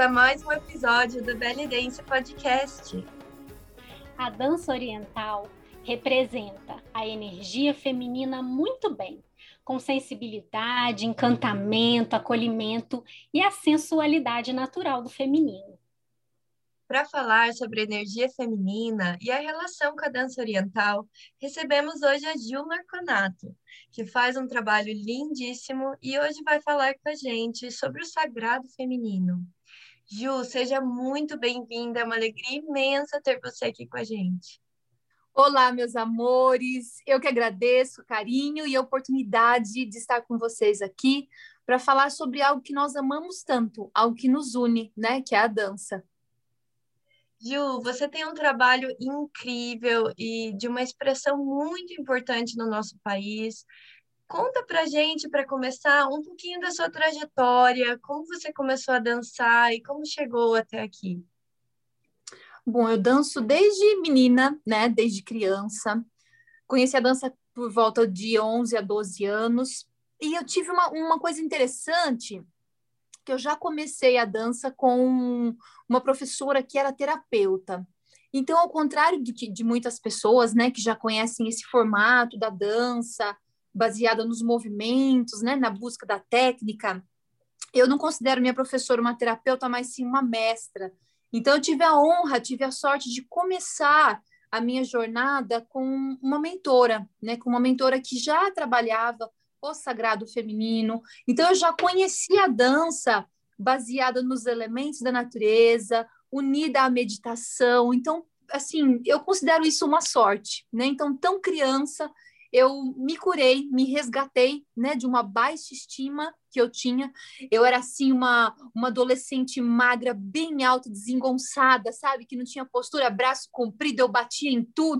a mais um episódio do Belly Dance Podcast. A dança oriental representa a energia feminina muito bem, com sensibilidade, encantamento, acolhimento e a sensualidade natural do feminino. Para falar sobre energia feminina e a relação com a dança oriental, recebemos hoje a Gil Marconato, que faz um trabalho lindíssimo e hoje vai falar com a gente sobre o sagrado feminino. Ju, seja muito bem-vinda, é uma alegria imensa ter você aqui com a gente. Olá, meus amores, eu que agradeço o carinho e a oportunidade de estar com vocês aqui para falar sobre algo que nós amamos tanto, algo que nos une, né, que é a dança. Ju, você tem um trabalho incrível e de uma expressão muito importante no nosso país. Conta pra gente, para começar, um pouquinho da sua trajetória, como você começou a dançar e como chegou até aqui. Bom, eu danço desde menina, né, desde criança. Conheci a dança por volta de 11 a 12 anos e eu tive uma coisa interessante, que eu já comecei a dança com uma professora que era terapeuta. Então, ao contrário de muitas pessoas, né, que já conhecem esse formato da dança, baseada nos movimentos, né, na busca da técnica, eu não considero minha professora uma terapeuta, mas sim uma mestra. Então, eu tive a honra, tive a sorte de começar a minha jornada com uma mentora, né, com uma mentora que já trabalhava o sagrado feminino. Então, eu já conhecia a dança baseada nos elementos da natureza, unida à meditação. Então, assim, eu considero isso uma sorte, né? Então, tão criança, eu me curei, me resgatei, né, de uma baixa estima que eu tinha. Eu era, assim, uma adolescente magra, bem alta, desengonçada, sabe? Que não tinha postura, braço comprido, eu batia em tudo.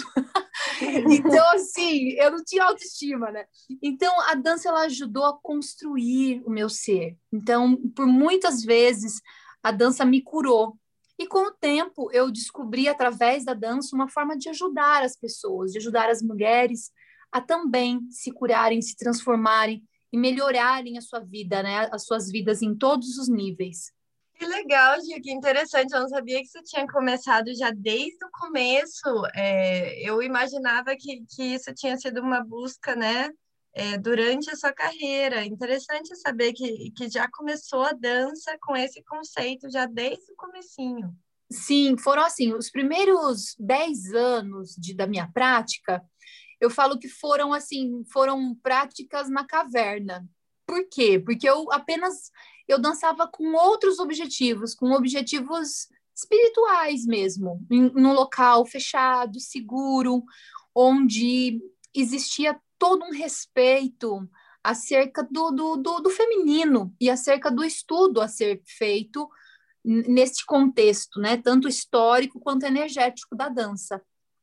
Então, assim, eu não tinha autoestima, né? Então, a dança, ela ajudou a construir o meu ser. Então, por muitas vezes, a dança me curou. E com o tempo, eu descobri, através da dança, uma forma de ajudar as pessoas, de ajudar as mulheres a também se curarem, se transformarem e melhorarem a sua vida, né? As suas vidas em todos os níveis. Que legal, Gil, que interessante. Eu não sabia que você tinha começado já desde o começo. Eu imaginava que isso tinha sido uma busca, né, durante a sua carreira. Interessante saber que já começou a dança com esse conceito já desde o comecinho. Sim, foram assim, os primeiros 10 anos da minha prática, eu falo que foram assim, foram práticas na caverna. Por quê? Porque eu dançava com outros objetivos, com objetivos espirituais mesmo, num local fechado, seguro, onde existia todo um respeito acerca do feminino e acerca do estudo a ser feito neste contexto, né, tanto histórico quanto energético da dança.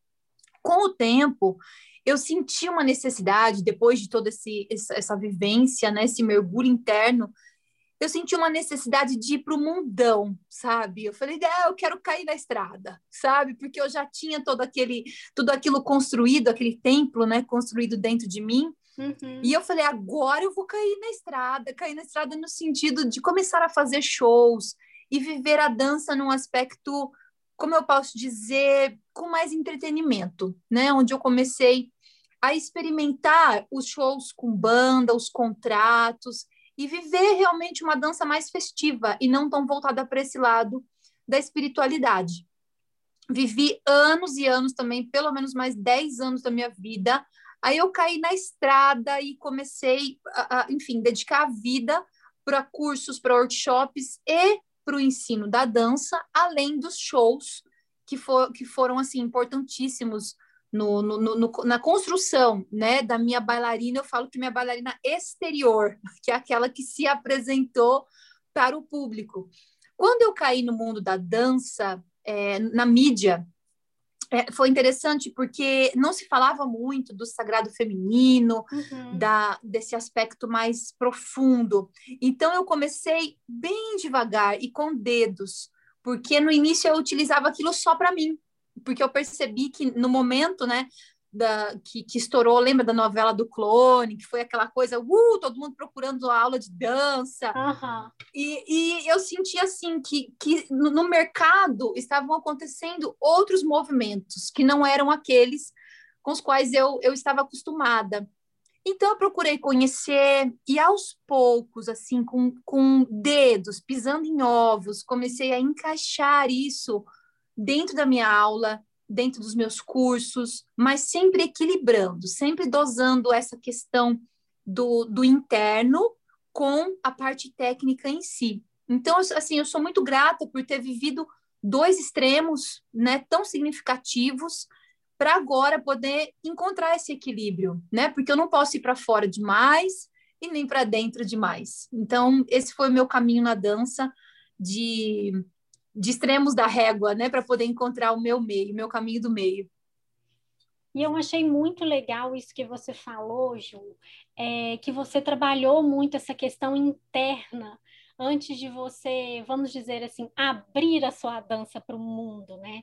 Com o tempo, eu senti uma necessidade, depois de toda essa vivência, né, esse mergulho interno, eu senti uma necessidade de ir para o mundão, sabe? Eu falei, eu quero cair na estrada, sabe? Porque eu já tinha tudo aquilo construído, aquele templo, né, construído dentro de mim. Uhum. E eu falei, agora eu vou cair na estrada no sentido de começar a fazer shows e viver a dança num aspecto, como eu posso dizer, com mais entretenimento, né? Onde eu comecei a experimentar os shows com banda, os contratos, e viver realmente uma dança mais festiva e não tão voltada para esse lado da espiritualidade. Vivi anos e anos também, pelo menos mais 10 anos da minha vida. Aí eu caí na estrada e comecei enfim, dedicar a vida para cursos, para workshops e para o ensino da dança, além dos shows que foram assim importantíssimos na construção, né, da minha bailarina. Eu falo que minha bailarina exterior, que é aquela que se apresentou para o público. Quando eu caí no mundo da dança, na mídia, foi interessante porque não se falava muito do sagrado feminino, Uhum. desse aspecto mais profundo. Então, eu comecei bem devagar e com dedos, porque no início eu utilizava aquilo só para mim, porque eu percebi que no momento, né, que estourou, lembra da novela do Clone, que foi aquela coisa, todo mundo procurando a aula de dança. Uhum. E eu senti assim que no mercado estavam acontecendo outros movimentos que não eram aqueles com os quais eu estava acostumada. Então, eu procurei conhecer e, aos poucos, assim, com dedos, pisando em ovos, comecei a encaixar isso dentro da minha aula, dentro dos meus cursos, mas sempre equilibrando, sempre dosando essa questão do interno com a parte técnica em si. Então, assim, eu sou muito grata por ter vivido dois extremos, né, tão significativos, para agora poder encontrar esse equilíbrio, né? Porque eu não posso ir para fora demais e nem para dentro demais. Então, esse foi o meu caminho na dança de extremos da régua, né? Para poder encontrar o meu meio, meu caminho do meio. E eu achei muito legal isso que você falou, Ju, que você trabalhou muito essa questão interna antes de você, vamos dizer assim, abrir a sua dança para o mundo, né?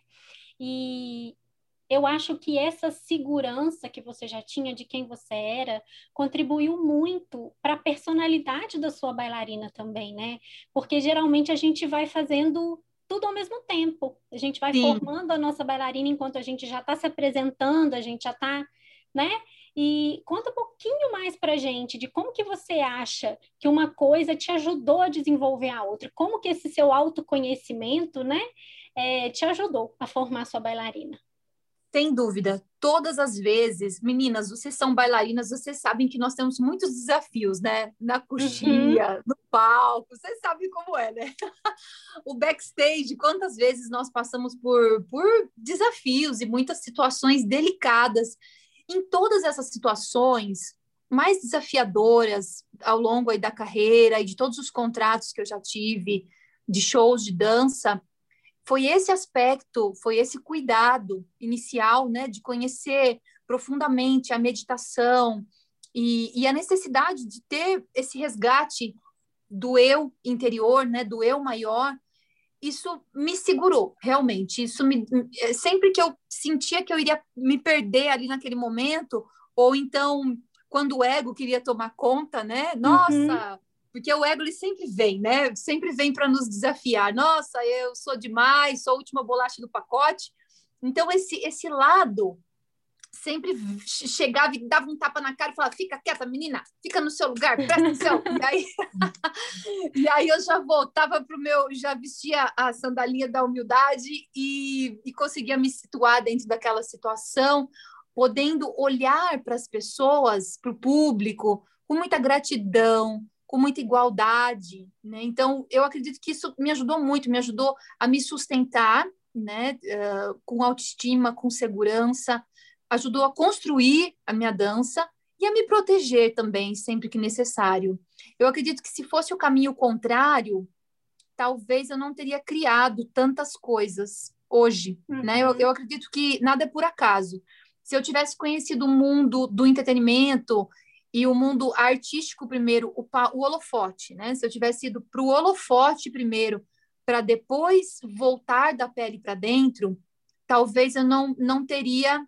E eu acho que essa segurança que você já tinha de quem você era contribuiu muito para a personalidade da sua bailarina também, né? Porque geralmente a gente vai fazendo tudo ao mesmo tempo. A gente vai Sim. formando a nossa bailarina enquanto a gente já está se apresentando, a gente já está, né? E conta um pouquinho mais para a gente de como que você acha que uma coisa te ajudou a desenvolver a outra, como que esse seu autoconhecimento, né, te ajudou a formar a sua bailarina. Sem dúvida, todas as vezes, meninas, vocês são bailarinas, vocês sabem que nós temos muitos desafios, né? Na coxia, no palco, vocês sabem como é, né? O backstage, quantas vezes nós passamos por desafios e muitas situações delicadas. Em todas essas situações mais desafiadoras ao longo aí da carreira e de todos os contratos que eu já tive, de shows de dança, foi esse aspecto, foi esse cuidado inicial, né, de conhecer profundamente a meditação e a necessidade de ter esse resgate do eu interior, né, do eu maior. Isso me segurou, realmente. Sempre que eu sentia que eu iria me perder ali naquele momento, ou então quando o ego queria tomar conta, né? Nossa, porque o ego ele sempre vem, né? Sempre vem para nos desafiar. Nossa, eu sou demais, sou a última bolacha do pacote. Então esse lado sempre chegava e dava um tapa na cara e falava: fica quieta, menina, fica no seu lugar, presta atenção. E aí eu já voltava para o meu, já vestia a sandalinha da humildade e conseguia me situar dentro daquela situação, podendo olhar para as pessoas, para o público, com muita gratidão, com muita igualdade, né? Então, eu acredito que isso me ajudou muito, me ajudou a me sustentar, né? Com autoestima, com segurança, ajudou a construir a minha dança e a me proteger também, sempre que necessário. Eu acredito que se fosse o caminho contrário, talvez eu não teria criado tantas coisas hoje, né? Eu acredito que nada é por acaso. Se eu tivesse conhecido o mundo do entretenimento e o mundo artístico primeiro, o holofote, né? Se eu tivesse ido para o holofote primeiro, para depois voltar da pele para dentro, talvez eu não teria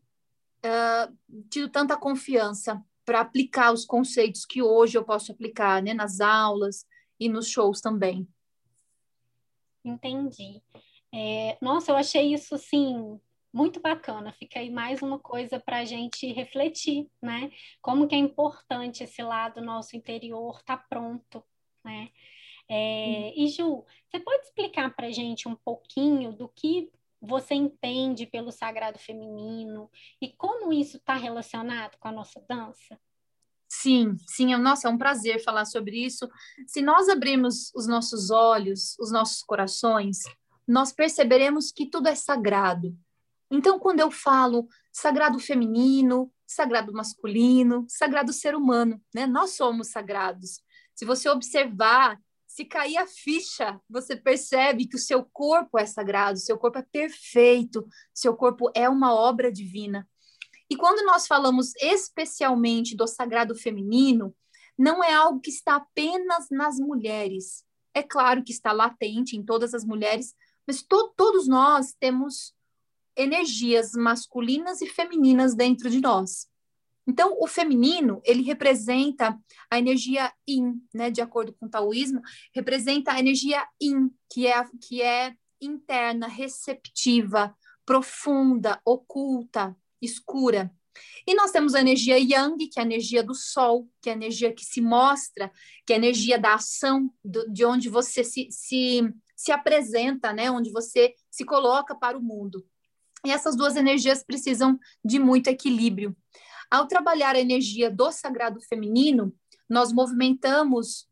tido tanta confiança para aplicar os conceitos que hoje eu posso aplicar, né, nas aulas e nos shows também. Entendi. Nossa, eu achei isso, assim, muito bacana. Fica aí mais uma coisa para a gente refletir, né? Como que é importante esse lado nosso interior estar pronto, né? E Ju, você pode explicar para a gente um pouquinho do que você entende pelo sagrado feminino e como isso está relacionado com a nossa dança? Sim, sim, nossa, é um prazer falar sobre isso. Se nós abrirmos os nossos olhos, os nossos corações, nós perceberemos que tudo é sagrado. Então, quando eu falo sagrado feminino, sagrado masculino, sagrado ser humano, né? Nós somos sagrados. Se você observar, se cair a ficha, você percebe que o seu corpo é sagrado, seu corpo é perfeito, seu corpo é uma obra divina. E quando nós falamos especialmente do sagrado feminino, não é algo que está apenas nas mulheres. É claro que está latente em todas as mulheres, mas todos nós temos energias masculinas e femininas dentro de nós. Então, o feminino, ele representa a energia yin, né? De acordo com o taoísmo, representa a energia yin, que é interna, receptiva, profunda, oculta, escura. E nós temos a energia yang, que é a energia do sol, que é a energia que se mostra, que é a energia da ação, de onde você se apresenta, né? Onde você se coloca para o mundo. E essas duas energias precisam de muito equilíbrio. Ao trabalhar a energia do sagrado feminino, nós movimentamos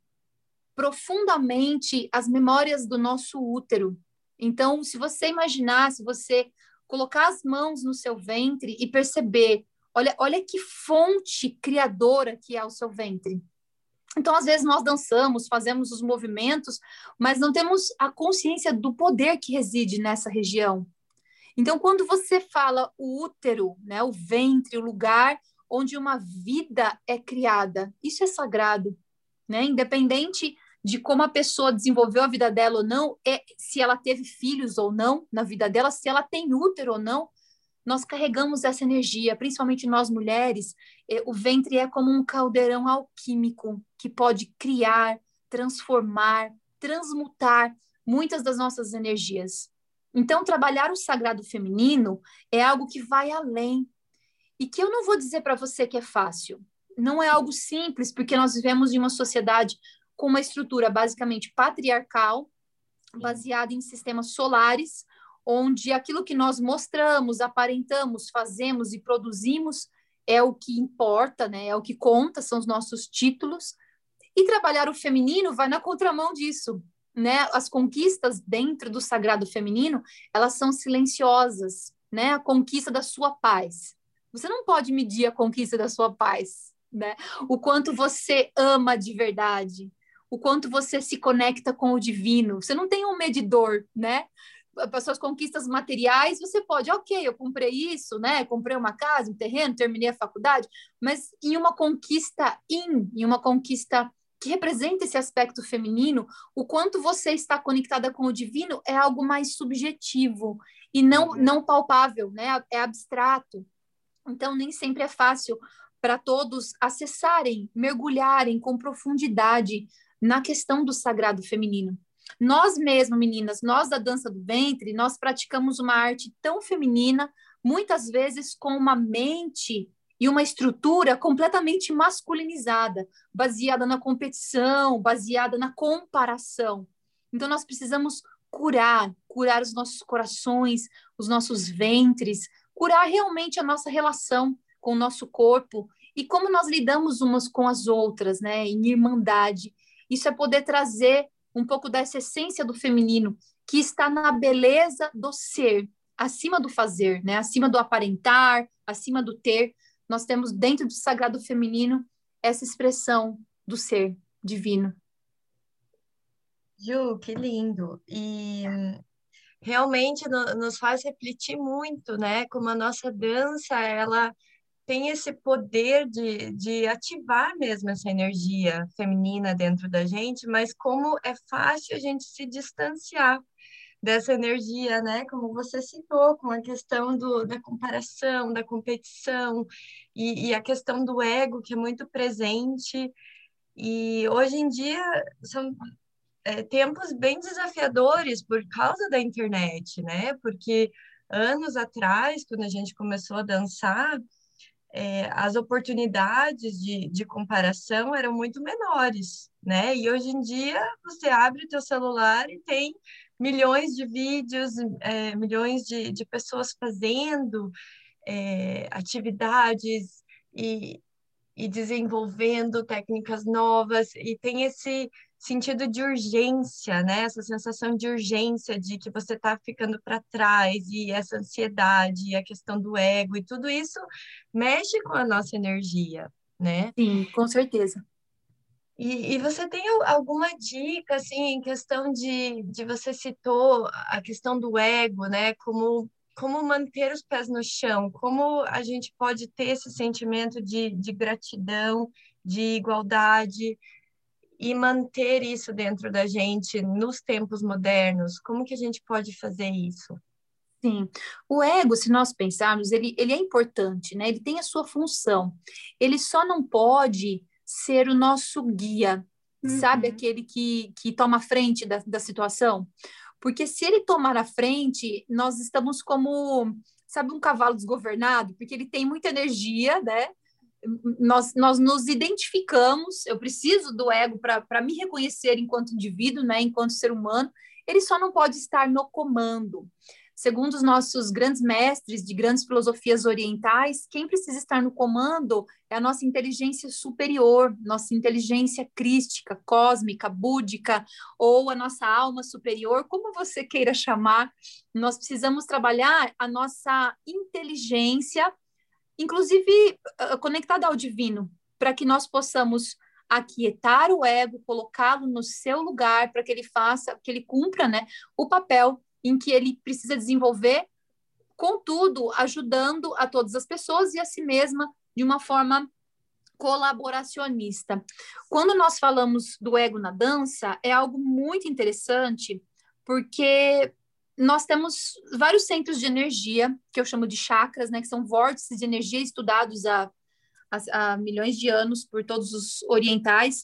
profundamente as memórias do nosso útero. Então, se você imaginar, se você colocar as mãos no seu ventre e perceber, olha que fonte criadora que é o seu ventre. Então, às vezes, nós dançamos, fazemos os movimentos, mas não temos a consciência do poder que reside nessa região. Então, quando você fala o útero, né, o ventre, o lugar onde uma vida é criada, isso é sagrado, né? Independente de como a pessoa desenvolveu a vida dela ou não, se ela teve filhos ou não na vida dela, se ela tem útero ou não, nós carregamos essa energia, principalmente nós mulheres. O ventre é como um caldeirão alquímico que pode criar, transformar, transmutar muitas das nossas energias. Então, trabalhar o sagrado feminino é algo que vai além. E que eu não vou dizer para você que é fácil. Não é algo simples, porque nós vivemos em uma sociedade com uma estrutura basicamente patriarcal, baseada em sistemas solares, onde aquilo que nós mostramos, aparentamos, fazemos e produzimos é o que importa, né? É o que conta, são os nossos títulos. E trabalhar o feminino vai na contramão disso, né? As conquistas dentro do sagrado feminino, elas são silenciosas, né? A conquista da sua paz. Você não pode medir a conquista da sua paz, né? O quanto você ama de verdade, o quanto você se conecta com o divino. Você não tem um medidor, né? Para suas conquistas materiais, você pode, ok, eu comprei isso, né? Comprei uma casa, um terreno, terminei a faculdade, mas em uma conquista em uma conquista que representa esse aspecto feminino, o quanto você está conectada com o divino é algo mais subjetivo e não palpável, né? É abstrato. Então, nem sempre é fácil para todos acessarem, mergulharem com profundidade na questão do sagrado feminino. Nós mesmos, meninas, nós da dança do ventre, nós praticamos uma arte tão feminina, muitas vezes com uma mente e uma estrutura completamente masculinizada, baseada na competição, baseada na comparação. Então, nós precisamos curar os nossos corações, os nossos ventres, curar realmente a nossa relação com o nosso corpo e como nós lidamos umas com as outras, né, em irmandade. Isso é poder trazer um pouco dessa essência do feminino, que está na beleza do ser, acima do fazer, né, acima do aparentar, acima do ter. Nós temos dentro do sagrado feminino essa expressão do ser divino. Ju, que lindo! E realmente nos faz refletir muito, né? Como a nossa dança, ela tem esse poder de ativar mesmo essa energia feminina dentro da gente, mas como é fácil a gente se distanciar dessa energia, né? Como você citou, com a questão da comparação, da competição e a questão do ego, que é muito presente. E hoje em dia são tempos bem desafiadores por causa da internet, né? Porque anos atrás, quando a gente começou a dançar, as oportunidades de comparação eram muito menores, né? E hoje em dia você abre o teu celular e tem milhões de vídeos, milhões de pessoas fazendo atividades e desenvolvendo técnicas novas, e tem esse sentido de urgência, né? Essa sensação de urgência, de que você está ficando para trás, e essa ansiedade, e a questão do ego, e tudo isso mexe com a nossa energia, né? Sim, com certeza. E você tem alguma dica, assim, em questão de você citou a questão do ego, né? Como manter os pés no chão? Como a gente pode ter esse sentimento de gratidão, de igualdade e manter isso dentro da gente nos tempos modernos? Como que a gente pode fazer isso? Sim, o ego, se nós pensarmos, ele é importante, né? Ele tem a sua função. Ele só não pode ser o nosso guia, sabe? Uhum. Aquele que toma a frente da situação. Porque se ele tomar a frente, nós estamos como, sabe, um cavalo desgovernado, porque ele tem muita energia, né? Nós nos identificamos, eu preciso do ego para me reconhecer enquanto indivíduo, né? Enquanto ser humano, ele só não pode estar no comando. Segundo os nossos grandes mestres de grandes filosofias orientais, quem precisa estar no comando é a nossa inteligência superior, nossa inteligência crística, cósmica, búdica, ou a nossa alma superior, como você queira chamar. Nós precisamos trabalhar a nossa inteligência, inclusive conectada ao divino, para que nós possamos aquietar o ego, colocá-lo no seu lugar, para que ele faça, que ele cumpra, né, o papel em que ele precisa desenvolver, contudo, ajudando a todas as pessoas e a si mesma de uma forma colaboracionista. Quando nós falamos do ego na dança, é algo muito interessante, porque nós temos vários centros de energia, que eu chamo de chakras, né, que são vórtices de energia estudados há milhões de anos por todos os orientais.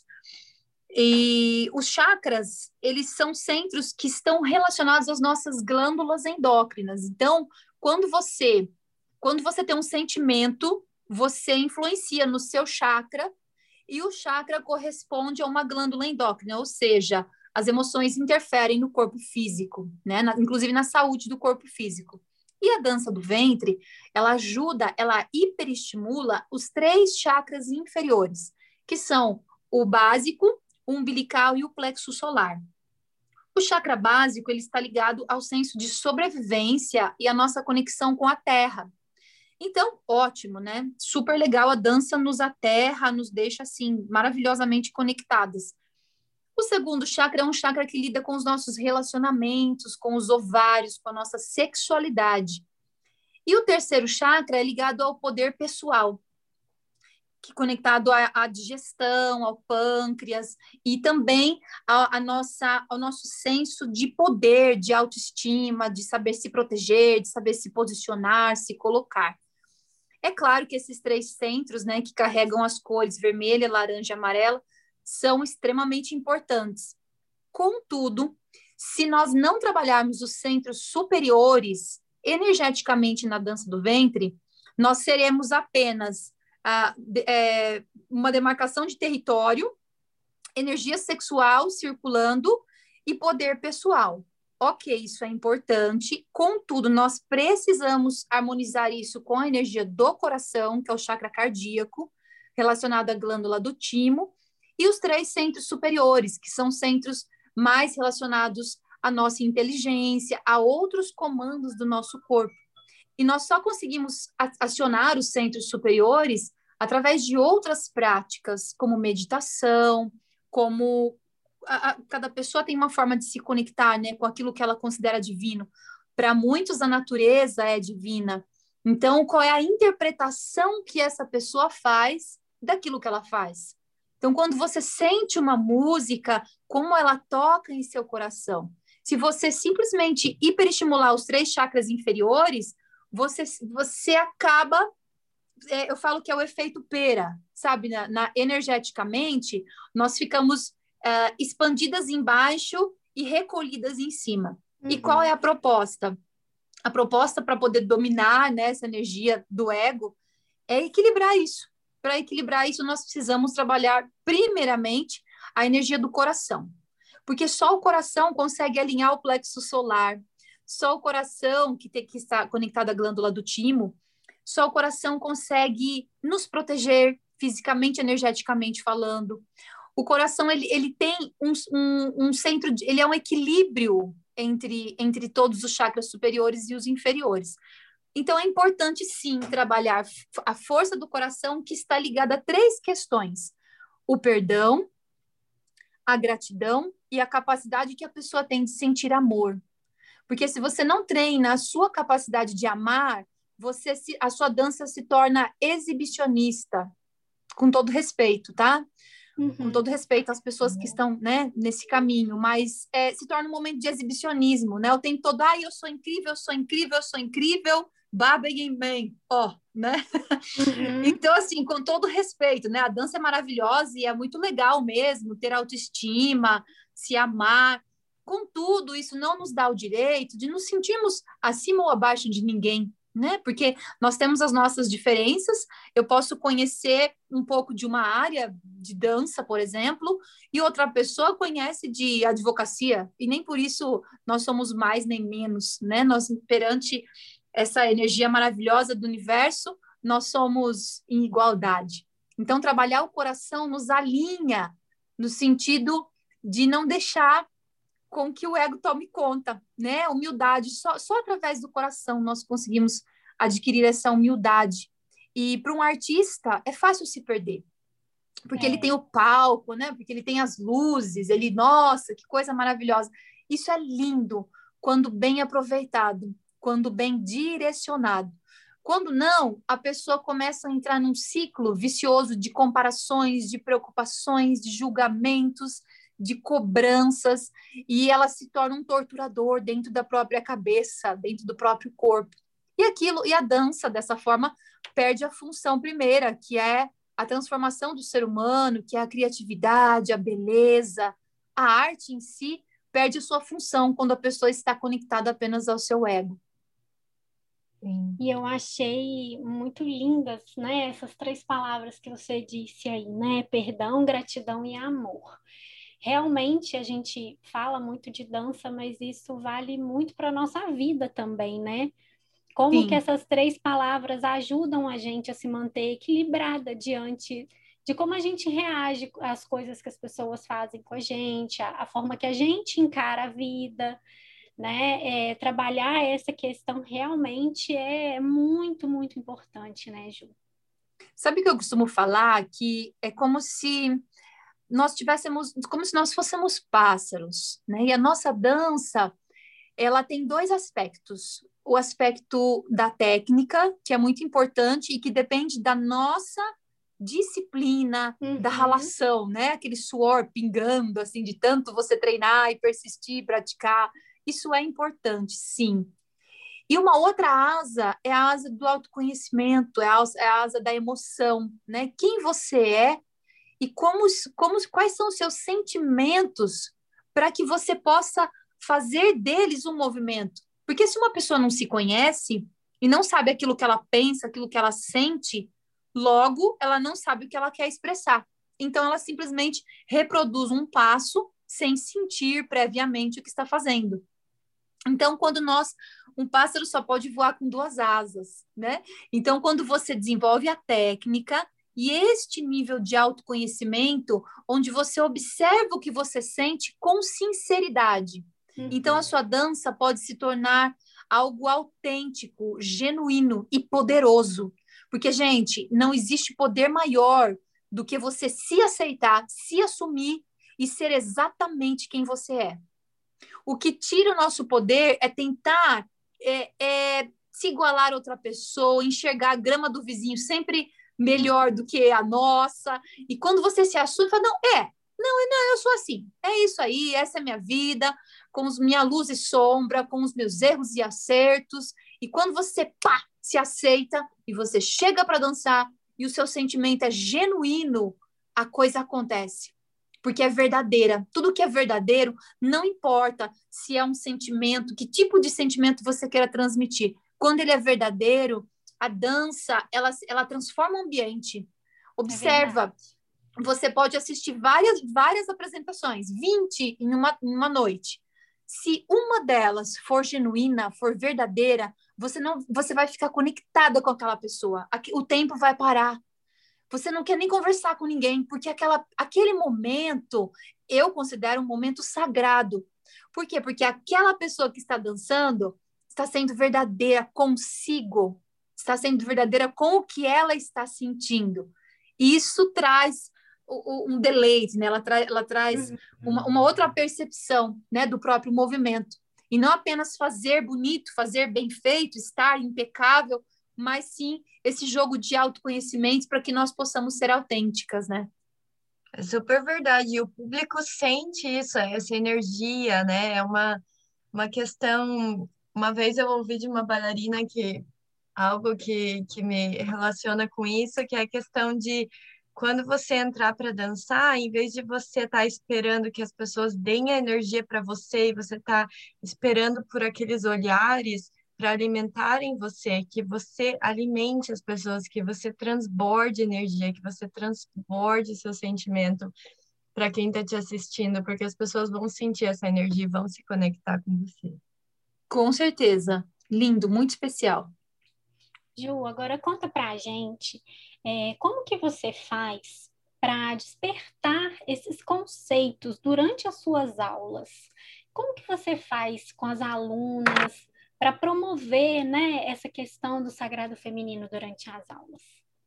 E os chakras, eles são centros que estão relacionados às nossas glândulas endócrinas. Então, quando você tem um sentimento, você influencia no seu chakra, e o chakra corresponde a uma glândula endócrina, ou seja, as emoções interferem no corpo físico, né? Inclusive na saúde do corpo físico. E a dança do ventre, ela ajuda, ela hiperestimula os 3 chakras inferiores, que são o básico, o umbilical e o plexo solar. O chakra básico, ele está ligado ao senso de sobrevivência e a nossa conexão com a terra. Então, ótimo, né? Super legal, a dança nos aterra, nos deixa, assim, maravilhosamente conectadas. O segundo chakra é um chakra que lida com os nossos relacionamentos, com os ovários, com a nossa sexualidade. E o terceiro chakra é ligado ao poder pessoal, que conectado à digestão, ao pâncreas e também ao nosso senso de poder, de autoestima, de saber se proteger, de saber se posicionar, se colocar. É claro que esses 3 centros, né, que carregam as cores vermelha, laranja e amarela, são extremamente importantes. Contudo, se nós não trabalharmos os centros superiores energeticamente na dança do ventre, nós seremos apenas uma demarcação de território, energia sexual circulando e poder pessoal. Ok, isso é importante, contudo, nós precisamos harmonizar isso com a energia do coração, que é o chakra cardíaco, relacionado à glândula do timo, e os 3 centros superiores, que são centros mais relacionados à nossa inteligência, a outros comandos do nosso corpo. E nós só conseguimos acionar os centros superiores através de outras práticas, como meditação, como cada pessoa tem uma forma de se conectar, né, com aquilo que ela considera divino. Para muitos, a natureza é divina. Então, qual é a interpretação que essa pessoa faz daquilo que ela faz? Então, quando você sente uma música, como ela toca em seu coração? Se você simplesmente hiperestimular os 3 chakras inferiores, você acaba, eu falo que é o efeito pera, sabe? Energeticamente, nós ficamos expandidas embaixo e recolhidas em cima. Uhum. E qual é a proposta? A proposta para poder dominar, né, essa energia do ego é equilibrar isso. Para equilibrar isso, nós precisamos trabalhar, primeiramente, a energia do coração. Porque só o coração consegue alinhar o plexo solar, só o coração, que está conectado à glândula do timo, só o coração consegue nos proteger fisicamente, energeticamente falando. O coração, ele tem um centro, ele é um equilíbrio entre todos os chakras superiores e os inferiores. Então, é importante, sim, trabalhar a força do coração, que está ligada a 3 questões: o perdão, a gratidão e a capacidade que a pessoa tem de sentir amor. Porque se você não treina a sua capacidade de amar, a sua dança se torna exibicionista, com todo respeito, tá? com todo respeito às pessoas que estão, né, nesse caminho, mas se torna um momento de exibicionismo, né? O tempo todo, eu sou incrível, eu sou incrível, eu sou incrível, babem bem, né? Então, assim, com todo respeito, né? A dança é maravilhosa e é muito legal mesmo ter autoestima, se amar. Contudo, isso não nos dá o direito de nos sentirmos acima ou abaixo de ninguém, né? Porque nós temos as nossas diferenças. Eu posso conhecer um pouco de uma área de dança, por exemplo, e outra pessoa conhece de advocacia, e nem por isso nós somos mais nem menos, né? Nós, perante essa energia maravilhosa do universo, nós somos em igualdade. Então, trabalhar o coração nos alinha no sentido de não deixar com que o ego tome conta, né? Humildade, só através do coração nós conseguimos adquirir essa humildade. E para um artista é fácil se perder, porque ele tem o palco, né? Porque ele tem as luzes, nossa, que coisa maravilhosa. Isso é lindo quando bem aproveitado, quando bem direcionado. Quando não, a pessoa começa a entrar num ciclo vicioso de comparações, de preocupações, de julgamentos, de cobranças, e ela se torna um torturador dentro da própria cabeça, dentro do próprio corpo. E a dança, dessa forma, perde a função primeira, que é a transformação do ser humano, que é a criatividade, a beleza, a arte em si, perde sua função quando a pessoa está conectada apenas ao seu ego. Sim. E eu achei muito lindas, né, essas 3 palavras que você disse aí, né? Perdão, gratidão e amor. Realmente a gente fala muito de dança, mas isso vale muito para a nossa vida também, né? Como Sim. que essas 3 palavras ajudam a gente a se manter equilibrada diante de como a gente reage às coisas que as pessoas fazem com a gente, a forma que a gente encara a vida, né? Trabalhar essa questão realmente é muito, muito importante, né, Ju? Sabe o que eu costumo falar? Que é como se nós fôssemos pássaros, né? E a nossa dança, ela tem 2 aspectos. O aspecto da técnica, que é muito importante e que depende da nossa disciplina, da ralação, né? Aquele suor pingando, assim, de tanto você treinar e persistir, praticar. Isso é importante, sim. E uma outra asa é a asa do autoconhecimento, é a asa da emoção, né? Quem você é e quais são os seus sentimentos para que você possa fazer deles um movimento. Porque se uma pessoa não se conhece e não sabe aquilo que ela pensa, aquilo que ela sente, logo ela não sabe o que ela quer expressar. Então ela simplesmente reproduz um passo sem sentir previamente o que está fazendo. Então, um pássaro só pode voar com 2 asas, né? Então, quando você desenvolve a técnica e este nível de autoconhecimento, onde você observa o que você sente com sinceridade. Então, a sua dança pode se tornar algo autêntico, genuíno e poderoso. Porque, gente, não existe poder maior do que você se aceitar, se assumir e ser exatamente quem você é. O que tira o nosso poder é tentar se igualar a outra pessoa, enxergar a grama do vizinho sempre melhor do que a nossa. E quando você se assume, fala, não, eu sou assim. É isso aí, essa é a minha vida, com minha luz e sombra, com os meus erros e acertos. E quando você, se aceita e você chega para dançar e o seu sentimento é genuíno, a coisa acontece. Porque é verdadeira. Tudo que é verdadeiro, não importa se é um sentimento, que tipo de sentimento você queira transmitir. Quando ele é verdadeiro, a dança, ela transforma o ambiente. Observa, você pode assistir várias apresentações, 20 em uma noite. Se uma delas for genuína, for verdadeira, você vai ficar conectada com aquela pessoa. O tempo vai parar. Você não quer nem conversar com ninguém, porque aquele momento, eu considero um momento sagrado. Por quê? Porque aquela pessoa que está dançando está sendo verdadeira consigo, está sendo verdadeira com o que ela está sentindo. E isso traz um deleite, né? Ela traz uma outra percepção, né, do próprio movimento. E não apenas fazer bonito, fazer bem feito, estar impecável, mas sim esse jogo de autoconhecimento para que nós possamos ser autênticas, né? É super verdade. E o público sente isso, essa energia, né? É uma questão. Uma vez eu ouvi de uma bailarina que algo que me relaciona com isso, que é a questão de quando você entrar para dançar, em vez de você estar esperando que as pessoas deem a energia para você e você tá esperando por aqueles olhares para alimentarem você, que você alimente as pessoas, que você transborde energia, que você transborde seu sentimento para quem está te assistindo, porque as pessoas vão sentir essa energia e vão se conectar com você. Com certeza. Lindo, muito especial. Ju, agora conta pra gente, como que você faz para despertar esses conceitos durante as suas aulas? Como que você faz com as alunas para promover, né, essa questão do sagrado feminino durante as aulas?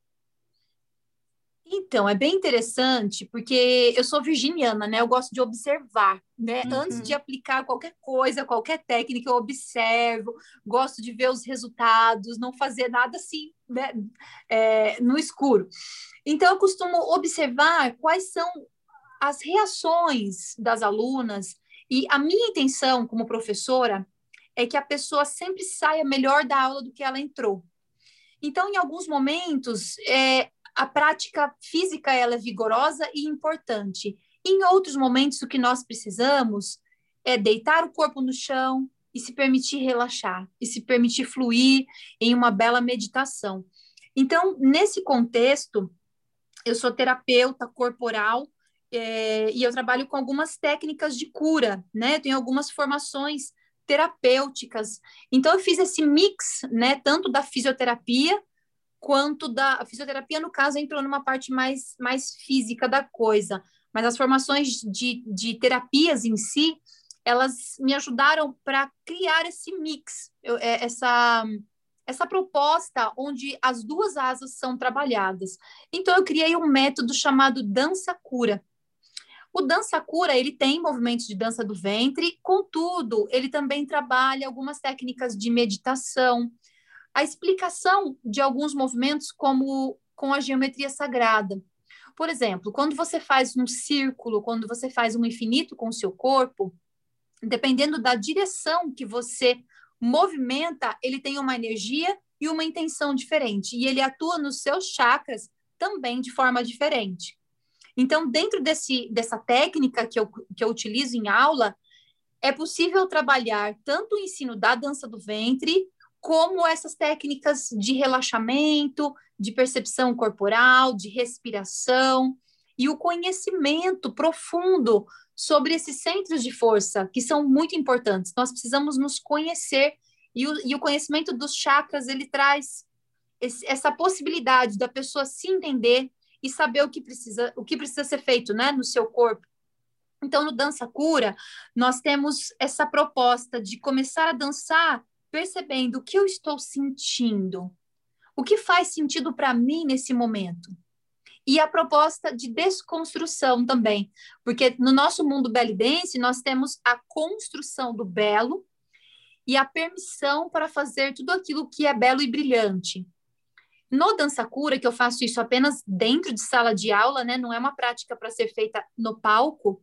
Então, é bem interessante, porque eu sou virginiana, né? Eu gosto de observar, né? Antes de Uhum. aplicar qualquer coisa, qualquer técnica, eu observo, gosto de ver os resultados, não fazer nada assim, né? No escuro. Então, eu costumo observar quais são as reações das alunas, e a minha intenção como professora é que a pessoa sempre saia melhor da aula do que ela entrou. Então, em alguns momentos, a prática física ela é vigorosa e importante. Em outros momentos, o que nós precisamos é deitar o corpo no chão e se permitir relaxar, e se permitir fluir em uma bela meditação. Então, nesse contexto, eu sou terapeuta corporal, e eu trabalho com algumas técnicas de cura, né? Eu tenho algumas formações terapêuticas. Então, eu fiz esse mix, né? Tanto da fisioterapia quanto da a fisioterapia, no caso, entrou numa parte mais física da coisa. Mas as formações de terapias em si, elas me ajudaram para criar esse mix, essa proposta onde as duas asas são trabalhadas. Então, eu criei um método chamado dança cura. O dança cura, ele tem movimentos de dança do ventre, contudo, ele também trabalha algumas técnicas de meditação, a explicação de alguns movimentos como com a geometria sagrada. Por exemplo, quando você faz um círculo, quando você faz um infinito com o seu corpo, dependendo da direção que você movimenta, ele tem uma energia e uma intenção diferente. E ele atua nos seus chakras também de forma diferente. Então, dentro dessa técnica que eu utilizo em aula, é possível trabalhar tanto o ensino da dança do ventre, como essas técnicas de relaxamento, de percepção corporal, de respiração, e o conhecimento profundo sobre esses centros de força, que são muito importantes. Nós precisamos nos conhecer, e o conhecimento dos chakras, ele traz essa possibilidade da pessoa se entender e saber o que precisa ser feito, né, no seu corpo. Então, no Dança Cura, nós temos essa proposta de começar a dançar percebendo o que eu estou sentindo, o que faz sentido para mim nesse momento. E a proposta de desconstrução também, porque no nosso mundo belly dance, nós temos a construção do belo e a permissão para fazer tudo aquilo que é belo e brilhante. No Dança Cura, que eu faço isso apenas dentro de sala de aula, né? Não é uma prática para ser feita no palco,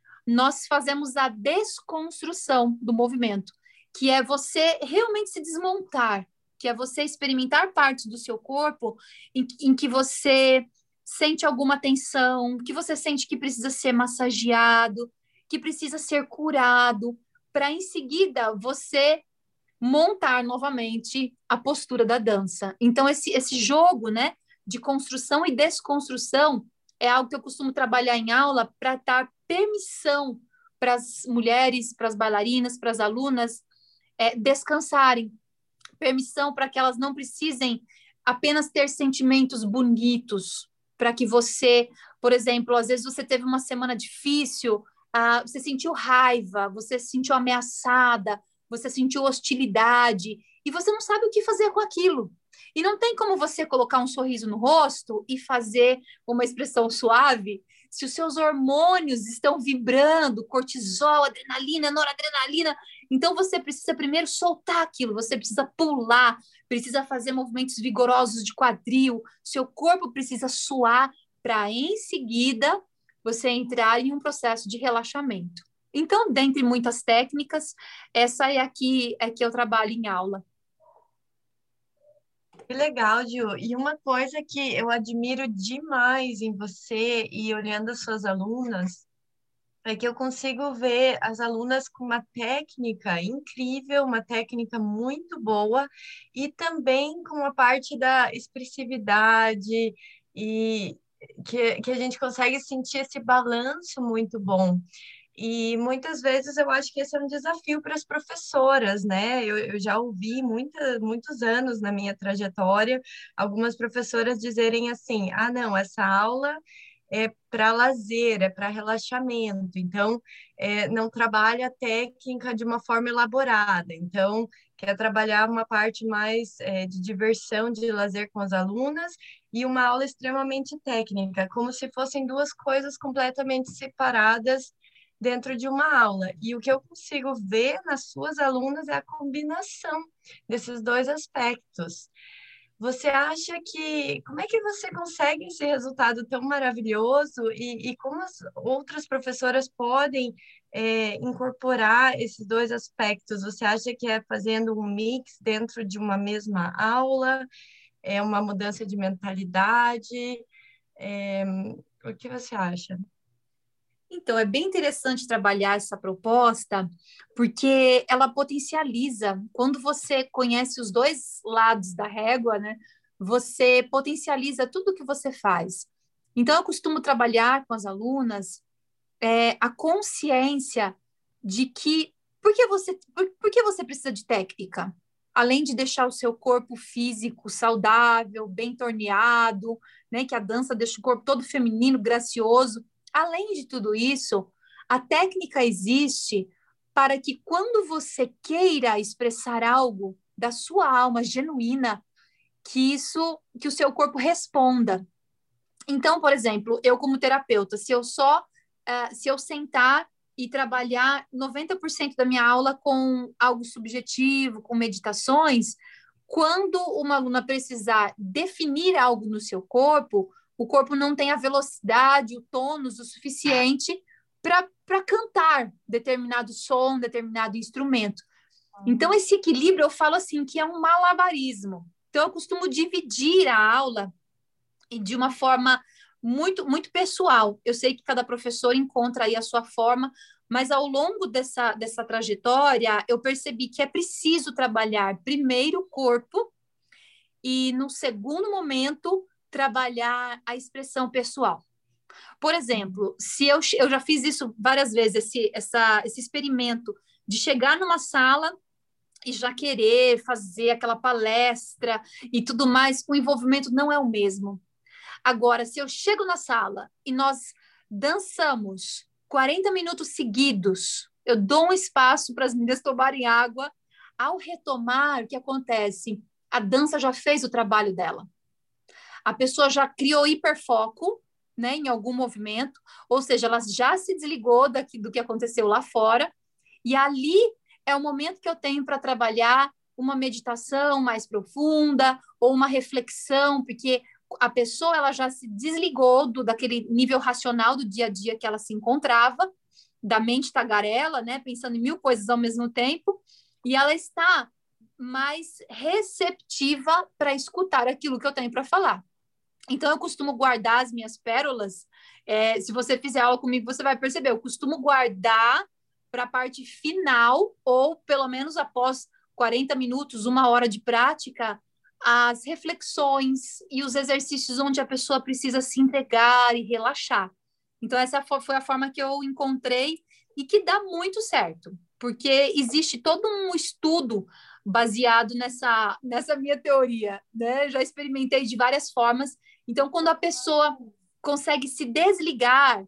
nós fazemos a desconstrução do movimento, que é você realmente se desmontar, que é você experimentar partes do seu corpo em que você sente alguma tensão, que você sente que precisa ser massageado, que precisa ser curado, para em seguida você montar novamente a postura da dança. Então, esse jogo, né, de construção e desconstrução é algo que eu costumo trabalhar em aula para dar permissão para as mulheres, para as bailarinas, para as alunas descansarem. Permissão para que elas não precisem apenas ter sentimentos bonitos, para que você, por exemplo, às vezes você teve uma semana difícil, você sentiu raiva, você se sentiu ameaçada, você sentiu hostilidade, e você não sabe o que fazer com aquilo. E não tem como você colocar um sorriso no rosto e fazer uma expressão suave se os seus hormônios estão vibrando, cortisol, adrenalina, noradrenalina. Então você precisa primeiro soltar aquilo, você precisa pular, precisa fazer movimentos vigorosos de quadril, seu corpo precisa suar para em seguida você entrar em um processo de relaxamento. Então, dentre muitas técnicas, essa é que eu trabalho em aula. Que legal, Gil. E uma coisa que eu admiro demais em você e olhando as suas alunas é que eu consigo ver as alunas com uma técnica incrível, uma técnica muito boa, e também com a parte da expressividade e que a gente consegue sentir esse balanço muito bom. E muitas vezes eu acho que esse é um desafio para as professoras, né? Eu já ouvi muitos anos na minha trajetória algumas professoras dizerem assim: ah, não, essa aula é para lazer, é para relaxamento, então não trabalha a técnica de uma forma elaborada, então quer trabalhar uma parte mais de diversão, de lazer com as alunas, e uma aula extremamente técnica, como se fossem duas coisas completamente separadas dentro de uma aula. E o que eu consigo ver nas suas alunas é a combinação desses dois aspectos. Você acha que... Como é que você consegue esse resultado tão maravilhoso e como as outras professoras podem incorporar esses dois aspectos? Você acha que é fazendo um mix dentro de uma mesma aula? É uma mudança de mentalidade? É, o que você acha? Então, é bem interessante trabalhar essa proposta, porque ela potencializa. Quando você conhece os dois lados da régua, né, você potencializa tudo que você faz. Então, eu costumo trabalhar com as alunas a consciência de que por que você precisa de técnica? Além de deixar o seu corpo físico saudável, bem torneado, né, que a dança deixa o corpo todo feminino, gracioso. Além de tudo isso, a técnica existe para que quando você queira expressar algo da sua alma genuína, que o seu corpo responda. Então, por exemplo, eu como terapeuta, se eu sentar e trabalhar 90% da minha aula com algo subjetivo, com meditações, quando uma aluna precisar definir algo no seu corpo, o corpo não tem a velocidade, o tônus o suficiente para cantar determinado som, determinado instrumento. Então, esse equilíbrio, eu falo assim, que é um malabarismo. Então, eu costumo dividir a aula e de uma forma muito pessoal. Eu sei que cada professor encontra aí a sua forma, mas ao longo dessa trajetória, eu percebi que é preciso trabalhar primeiro o corpo e, no segundo momento, trabalhar a expressão pessoal. Por exemplo, se eu já fiz isso várias vezes, esse experimento de chegar numa sala e já querer fazer aquela palestra e tudo mais, o envolvimento não é o mesmo. Agora, se eu chego na sala e nós dançamos 40 minutos seguidos, eu dou um espaço para as meninas tomarem água. Ao retomar, o que acontece? A dança já fez o trabalho dela. A pessoa já criou hiperfoco, né, em algum movimento, ou seja, ela já se desligou do que aconteceu lá fora, e ali é o momento que eu tenho para trabalhar uma meditação mais profunda ou uma reflexão, porque a pessoa ela já se desligou daquele nível racional do dia a dia que ela se encontrava, da mente tagarela, né, pensando em mil coisas ao mesmo tempo, e ela está mais receptiva para escutar aquilo que eu tenho para falar. Então, eu costumo guardar as minhas pérolas. Se você fizer aula comigo, você vai perceber. Eu costumo guardar para a parte final, ou pelo menos após 40 minutos, uma hora de prática, as reflexões e os exercícios onde a pessoa precisa se entregar e relaxar. Então, essa foi a forma que eu encontrei e que dá muito certo, porque existe todo um estudo baseado nessa minha teoria, né? Já experimentei de várias formas. Então, quando a pessoa consegue se desligar,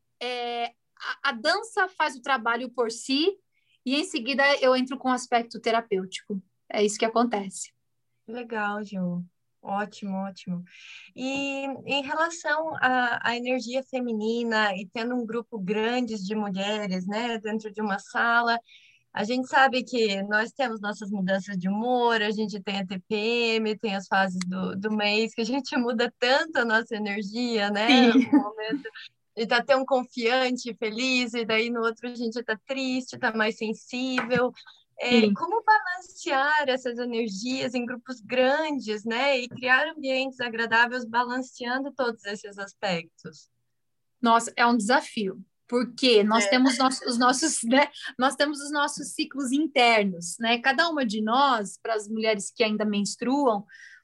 a dança faz o trabalho por si e, em seguida, eu entro com o aspecto terapêutico. É isso que acontece. Legal, Ju. Ótimo, ótimo. E em relação à energia feminina e tendo um grupo grande de mulheres, né, dentro de uma sala, a gente sabe que nós temos nossas mudanças de humor, a gente tem a TPM, tem as fases do mês, que a gente muda tanto a nossa energia, né? Sim. Um momento E tá tão confiante, feliz, e daí no outro a gente tá triste, tá mais sensível. Sim. Como balancear essas energias em grupos grandes, né? E criar ambientes agradáveis, balanceando todos esses aspectos. Nossa, é um desafio, porque nós É. temos os nossos, né? Nós temos os nossos ciclos internos, né? Cada uma de nós, para as mulheres que ainda menstruam,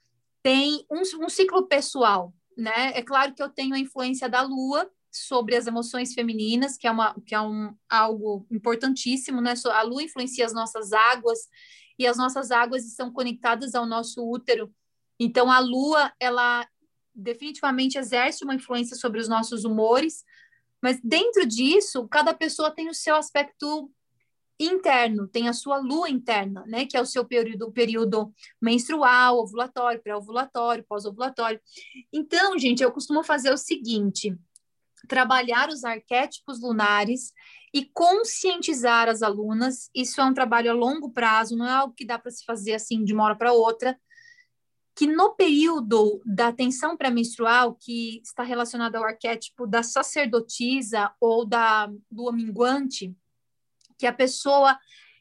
tem um ciclo pessoal, né? É claro que eu tenho a influência da Lua sobre as emoções femininas, que é algo importantíssimo, né? A Lua influencia as nossas águas e as nossas águas estão conectadas ao nosso útero. Então, a Lua, ela definitivamente exerce uma influência sobre os nossos humores, mas dentro disso, cada pessoa tem o seu aspecto interno, tem a sua lua interna, né, que é o seu período menstrual, ovulatório, pré-ovulatório, pós-ovulatório. Então, gente, eu costumo fazer o seguinte: trabalhar os arquétipos lunares e conscientizar as alunas. Isso é um trabalho a longo prazo, não é algo que dá para se fazer assim de uma hora para outra. Que no período da tensão pré-menstrual, que está relacionado ao arquétipo da sacerdotisa ou da lua minguante, que a pessoa,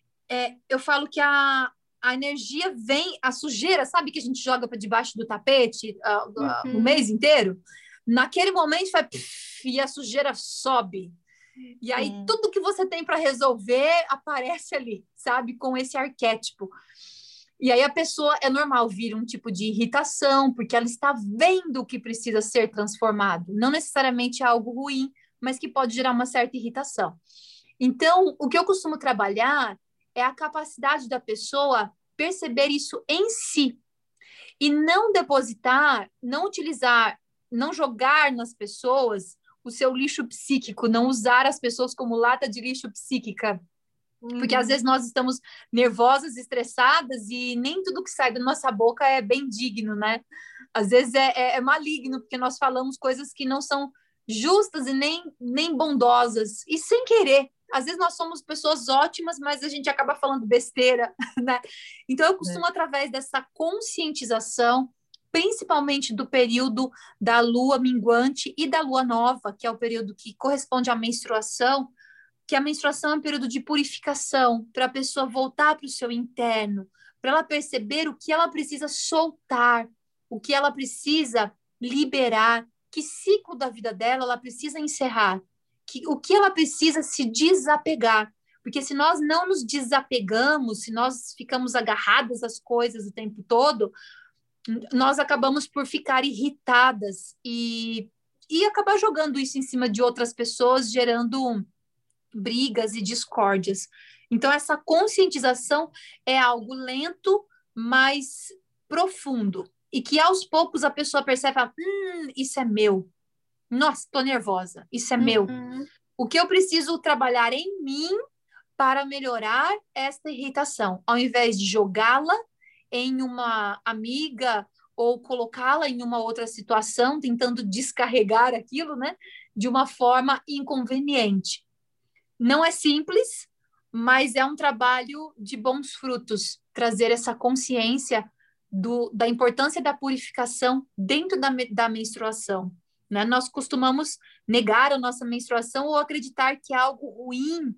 eu falo que a energia vem, a sujeira, sabe que a gente joga para debaixo do tapete no mês inteiro? Naquele momento vai e a sujeira sobe. E aí tudo que você tem para resolver aparece ali, sabe? Com esse arquétipo. E aí a pessoa, é normal vir um tipo de irritação, porque ela está vendo o que precisa ser transformado. Não necessariamente é algo ruim, mas que pode gerar uma certa irritação. Então, o que eu costumo trabalhar é a capacidade da pessoa perceber isso em si e não depositar, não utilizar, não jogar nas pessoas o seu lixo psíquico, não usar as pessoas como lata de lixo psíquica. Porque às vezes nós estamos nervosas, estressadas e nem tudo que sai da nossa boca é bem digno, né? Às vezes é maligno, porque nós falamos coisas que não são justas e nem bondosas, e sem querer. Às vezes nós somos pessoas ótimas, mas a gente acaba falando besteira, né? Então eu costumo, através dessa conscientização, principalmente do período da lua minguante e da lua nova, que é o período que corresponde à menstruação, que a menstruação é um período de purificação, para a pessoa voltar para o seu interno, para ela perceber o que ela precisa soltar, o que ela precisa liberar, que ciclo da vida dela ela precisa encerrar, o que ela precisa se desapegar. Porque se nós não nos desapegamos, se nós ficamos agarradas às coisas o tempo todo, nós acabamos por ficar irritadas e acabar jogando isso em cima de outras pessoas, gerando brigas e discórdias. Então, essa conscientização é algo lento, mas profundo. E que aos poucos a pessoa percebe, isso é meu. Nossa, tô nervosa. Isso é meu. O que eu preciso trabalhar em mim para melhorar esta irritação, ao invés de jogá-la em uma amiga ou colocá-la em uma outra situação, tentando descarregar aquilo, né, de uma forma inconveniente. Não é simples, mas é um trabalho de bons frutos, trazer essa consciência da importância da purificação dentro da menstruação. Né? Nós costumamos negar a nossa menstruação ou acreditar que é algo ruim,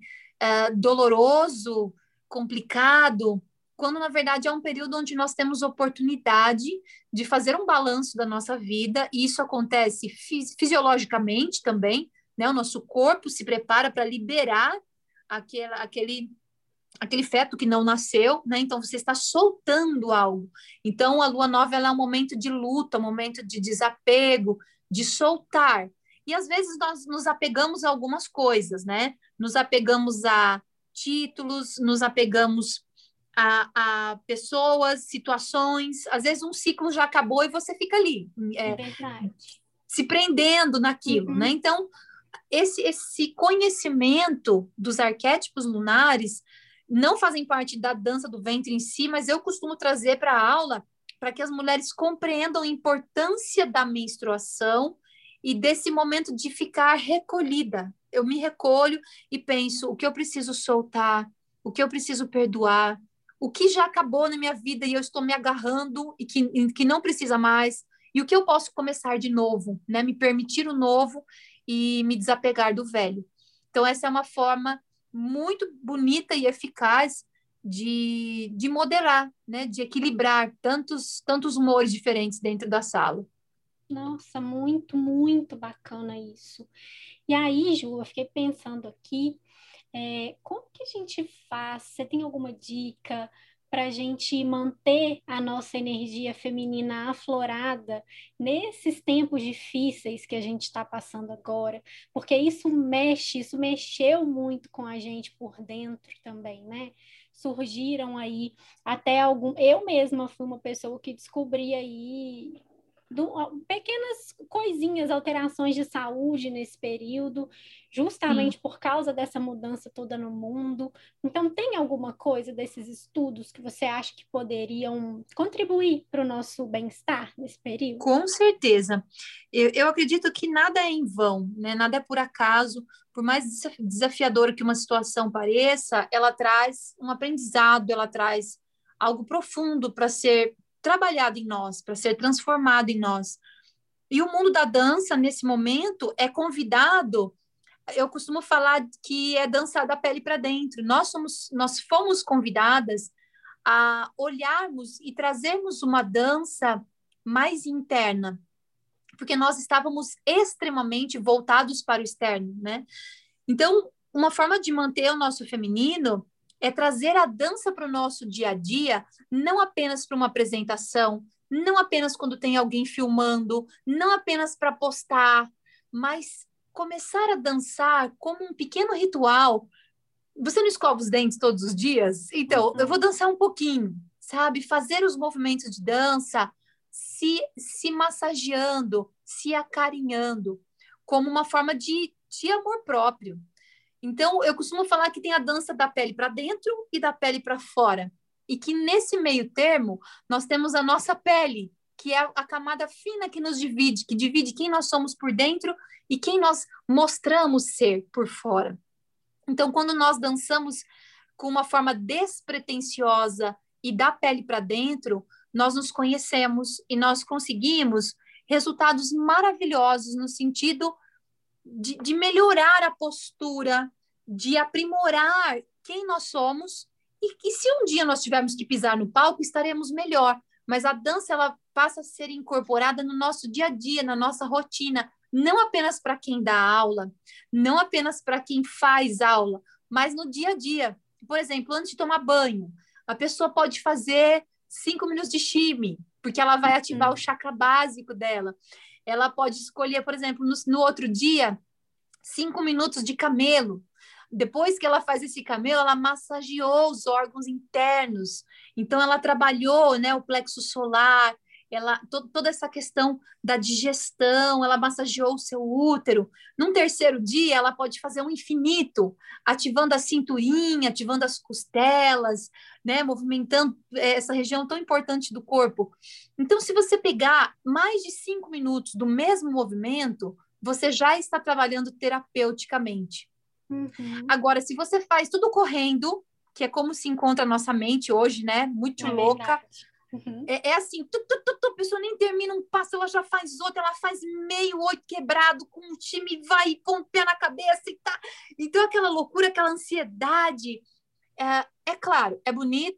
doloroso, complicado, quando na verdade é um período onde nós temos oportunidade de fazer um balanço da nossa vida, e isso acontece fisiologicamente também, né? O nosso corpo se prepara para liberar aquele feto que não nasceu, né? Então você está soltando algo. Então a lua nova ela é um momento de luta, um momento de desapego, de soltar. E às vezes nós nos apegamos a algumas coisas, né? Nos apegamos a títulos, nos apegamos a pessoas, situações. Às vezes um ciclo já acabou e você fica ali, se prendendo naquilo, né? Então esse conhecimento dos arquétipos lunares não fazem parte da dança do ventre em si, mas eu costumo trazer para a aula para que as mulheres compreendam a importância da menstruação e desse momento de ficar recolhida. Eu me recolho e penso o que eu preciso soltar, o que eu preciso perdoar, o que já acabou na minha vida e eu estou me agarrando e que não precisa mais, e o que eu posso começar de novo, né? Me permitir o novo e me desapegar do velho. Então, essa é uma forma muito bonita e eficaz de modelar, né? De equilibrar tantos humores diferentes dentro da sala. Nossa, muito, muito bacana isso. E aí, Ju, eu fiquei pensando aqui, como que a gente faz? Você tem alguma dica para a gente manter a nossa energia feminina aflorada nesses tempos difíceis que a gente está passando agora? Porque isso mexeu muito com a gente por dentro também, né? Surgiram aí até algum. Eu mesma fui uma pessoa que descobri aí pequenas coisinhas, alterações de saúde nesse período, Sim. justamente por causa dessa mudança toda no mundo. Então, tem alguma coisa desses estudos que você acha que poderiam contribuir para o nosso bem-estar nesse período? Com certeza. Eu acredito que nada é em vão, né? Nada é por acaso. Por mais desafiadora que uma situação pareça, ela traz um aprendizado, ela traz algo profundo para ser trabalhado em nós, para ser transformado em nós. E o mundo da dança, nesse momento, é convidado. Eu costumo falar que é dançar da pele para dentro. Nós fomos convidadas a olharmos e trazermos uma dança mais interna, porque nós estávamos extremamente voltados para o externo, né? Então, uma forma de manter o nosso feminino é trazer a dança para o nosso dia a dia, não apenas para uma apresentação, não apenas quando tem alguém filmando, não apenas para postar, mas começar a dançar como um pequeno ritual. Você não escova os dentes todos os dias? Então, eu vou dançar um pouquinho, sabe? Fazer os movimentos de dança, se massageando, se acarinhando, como uma forma de amor próprio. Então, eu costumo falar que tem a dança da pele para dentro e da pele para fora. E que nesse meio termo, nós temos a nossa pele, que é a camada fina que nos divide, que divide quem nós somos por dentro e quem nós mostramos ser por fora. Então, quando nós dançamos com uma forma despretensiosa e da pele para dentro, nós nos conhecemos e nós conseguimos resultados maravilhosos no sentido de melhorar a postura, de aprimorar quem nós somos. E se um dia nós tivermos que pisar no palco, estaremos melhor. Mas a dança, ela passa a ser incorporada no nosso dia a dia, na nossa rotina, não apenas para quem dá aula, não apenas para quem faz aula, mas no dia a dia. Por exemplo, antes de tomar banho, a pessoa pode fazer 5 minutos de shime, porque ela vai ativar o chakra básico dela. Ela pode escolher, por exemplo, no outro dia, 5 minutos de camelo. Depois que ela faz esse camelo, ela massageou os órgãos internos. Então, ela trabalhou, né, o plexo solar, toda essa questão da digestão, ela massageou o seu útero. Num terceiro dia, ela pode fazer um infinito, ativando a cinturinha, ativando as costelas, né, movimentando essa região tão importante do corpo. Então, se você pegar mais de 5 minutos do mesmo movimento, você já está trabalhando terapeuticamente. Agora, se você faz tudo correndo, que é como se encontra a nossa mente hoje, né? Muito louca. É assim, a pessoa nem termina um passo, ela já faz outro, ela faz meio oito quebrado, com o time vai e põe o pé na cabeça e tá. Então, aquela loucura, aquela ansiedade. É claro, é bonito,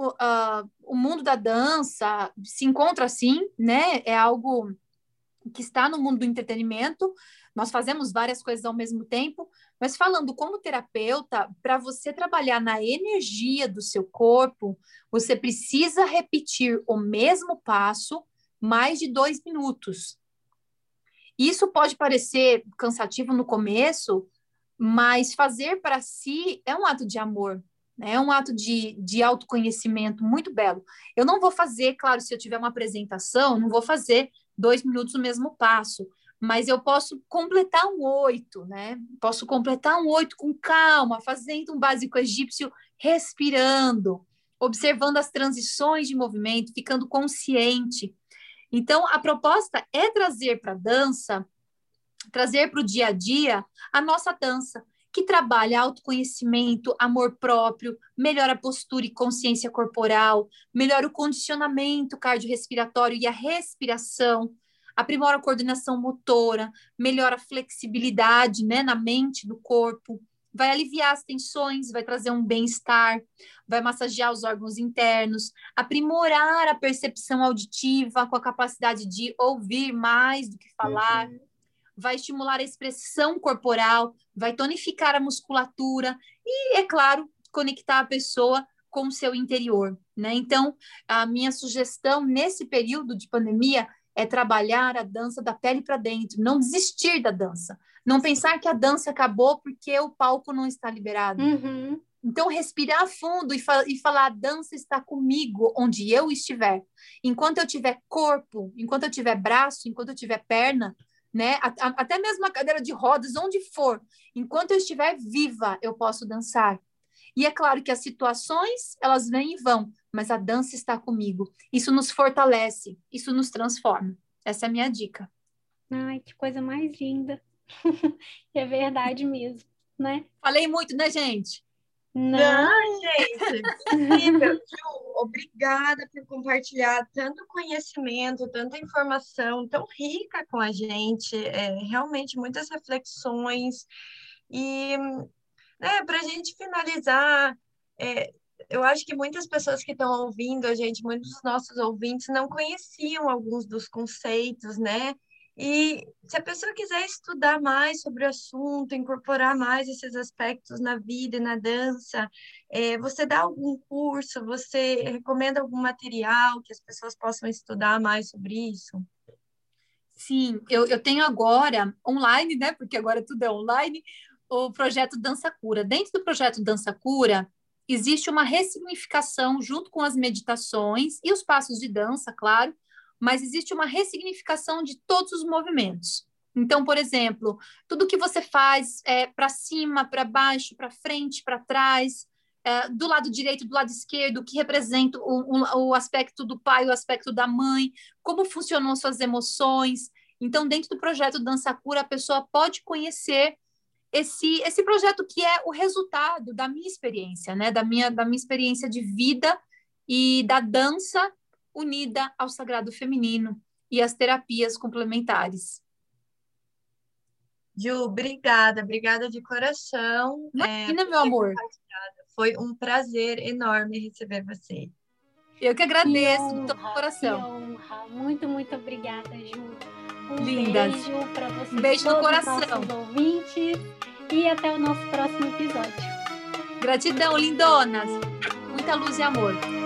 o mundo da dança se encontra assim, né? É algo que está no mundo do entretenimento, nós fazemos várias coisas ao mesmo tempo, mas falando como terapeuta, para você trabalhar na energia do seu corpo, você precisa repetir o mesmo passo mais de 2 minutos. Isso pode parecer cansativo no começo, mas fazer para si é um ato de amor, né? É um ato de autoconhecimento muito belo. Eu não vou fazer, claro, se eu tiver uma apresentação, não vou fazer 2 minutos no mesmo passo, mas eu posso completar um 8, né? Posso completar um 8 com calma, fazendo um básico egípcio, respirando, observando as transições de movimento, ficando consciente. Então, a proposta é trazer para a dança, trazer para o dia a dia a nossa dança, que trabalha autoconhecimento, amor próprio, melhora a postura e consciência corporal, melhora o condicionamento cardiorrespiratório e a respiração, aprimora a coordenação motora, melhora a flexibilidade, né, na mente do corpo, vai aliviar as tensões, vai trazer um bem-estar, vai massagear os órgãos internos, aprimorar a percepção auditiva com a capacidade de ouvir mais do que falar, vai estimular a expressão corporal, vai tonificar a musculatura e, é claro, conectar a pessoa com o seu interior, né? Então, a minha sugestão nesse período de pandemia é trabalhar a dança da pele para dentro, não desistir da dança, não pensar que a dança acabou porque o palco não está liberado. Então, respirar fundo e falar, a dança está comigo onde eu estiver. Enquanto eu tiver corpo, enquanto eu tiver braço, enquanto eu tiver perna, né? Até mesmo a cadeira de rodas, onde for, enquanto eu estiver viva, eu posso dançar. E é claro que as situações, elas vêm e vão, mas a dança está comigo. Isso nos fortalece, isso nos transforma. Essa é a minha dica. Ai, que coisa mais linda. É verdade mesmo, né? Falei muito, né, gente? Não, gente. Incrível. Ju, obrigada por compartilhar tanto conhecimento, tanta informação tão rica com a gente. Realmente muitas reflexões. E para a gente finalizar, eu acho que muitas pessoas que estão ouvindo a gente, muitos dos nossos ouvintes, não conheciam alguns dos conceitos, né? E se a pessoa quiser estudar mais sobre o assunto, incorporar mais esses aspectos na vida e na dança, você dá algum curso, você recomenda algum material que as pessoas possam estudar mais sobre isso? Sim, eu tenho agora online, né? Porque agora tudo é online, o projeto Dança Cura. Dentro do projeto Dança Cura, existe uma ressignificação junto com as meditações e os passos de dança, claro, mas existe uma ressignificação de todos os movimentos. Então, por exemplo, tudo que você faz para cima, para baixo, para frente, para trás, do lado direito, do lado esquerdo, que representa o aspecto do pai, o aspecto da mãe, como funcionam suas emoções. Então, dentro do projeto Dança Cura, a pessoa pode conhecer esse projeto que é o resultado da minha experiência, né? Da minha experiência de vida e da dança unida ao sagrado feminino e às terapias complementares. Ju, obrigada de coração. Imagina, meu amor. Foi um prazer enorme receber você. Eu que agradeço do todo coração. Que honra. Muito, muito obrigada, Ju. Lindas. Beijo para vocês. Um beijo no coração. Nossos ouvintes. E até o nosso próximo episódio. Gratidão, lindonas. Muita luz e amor.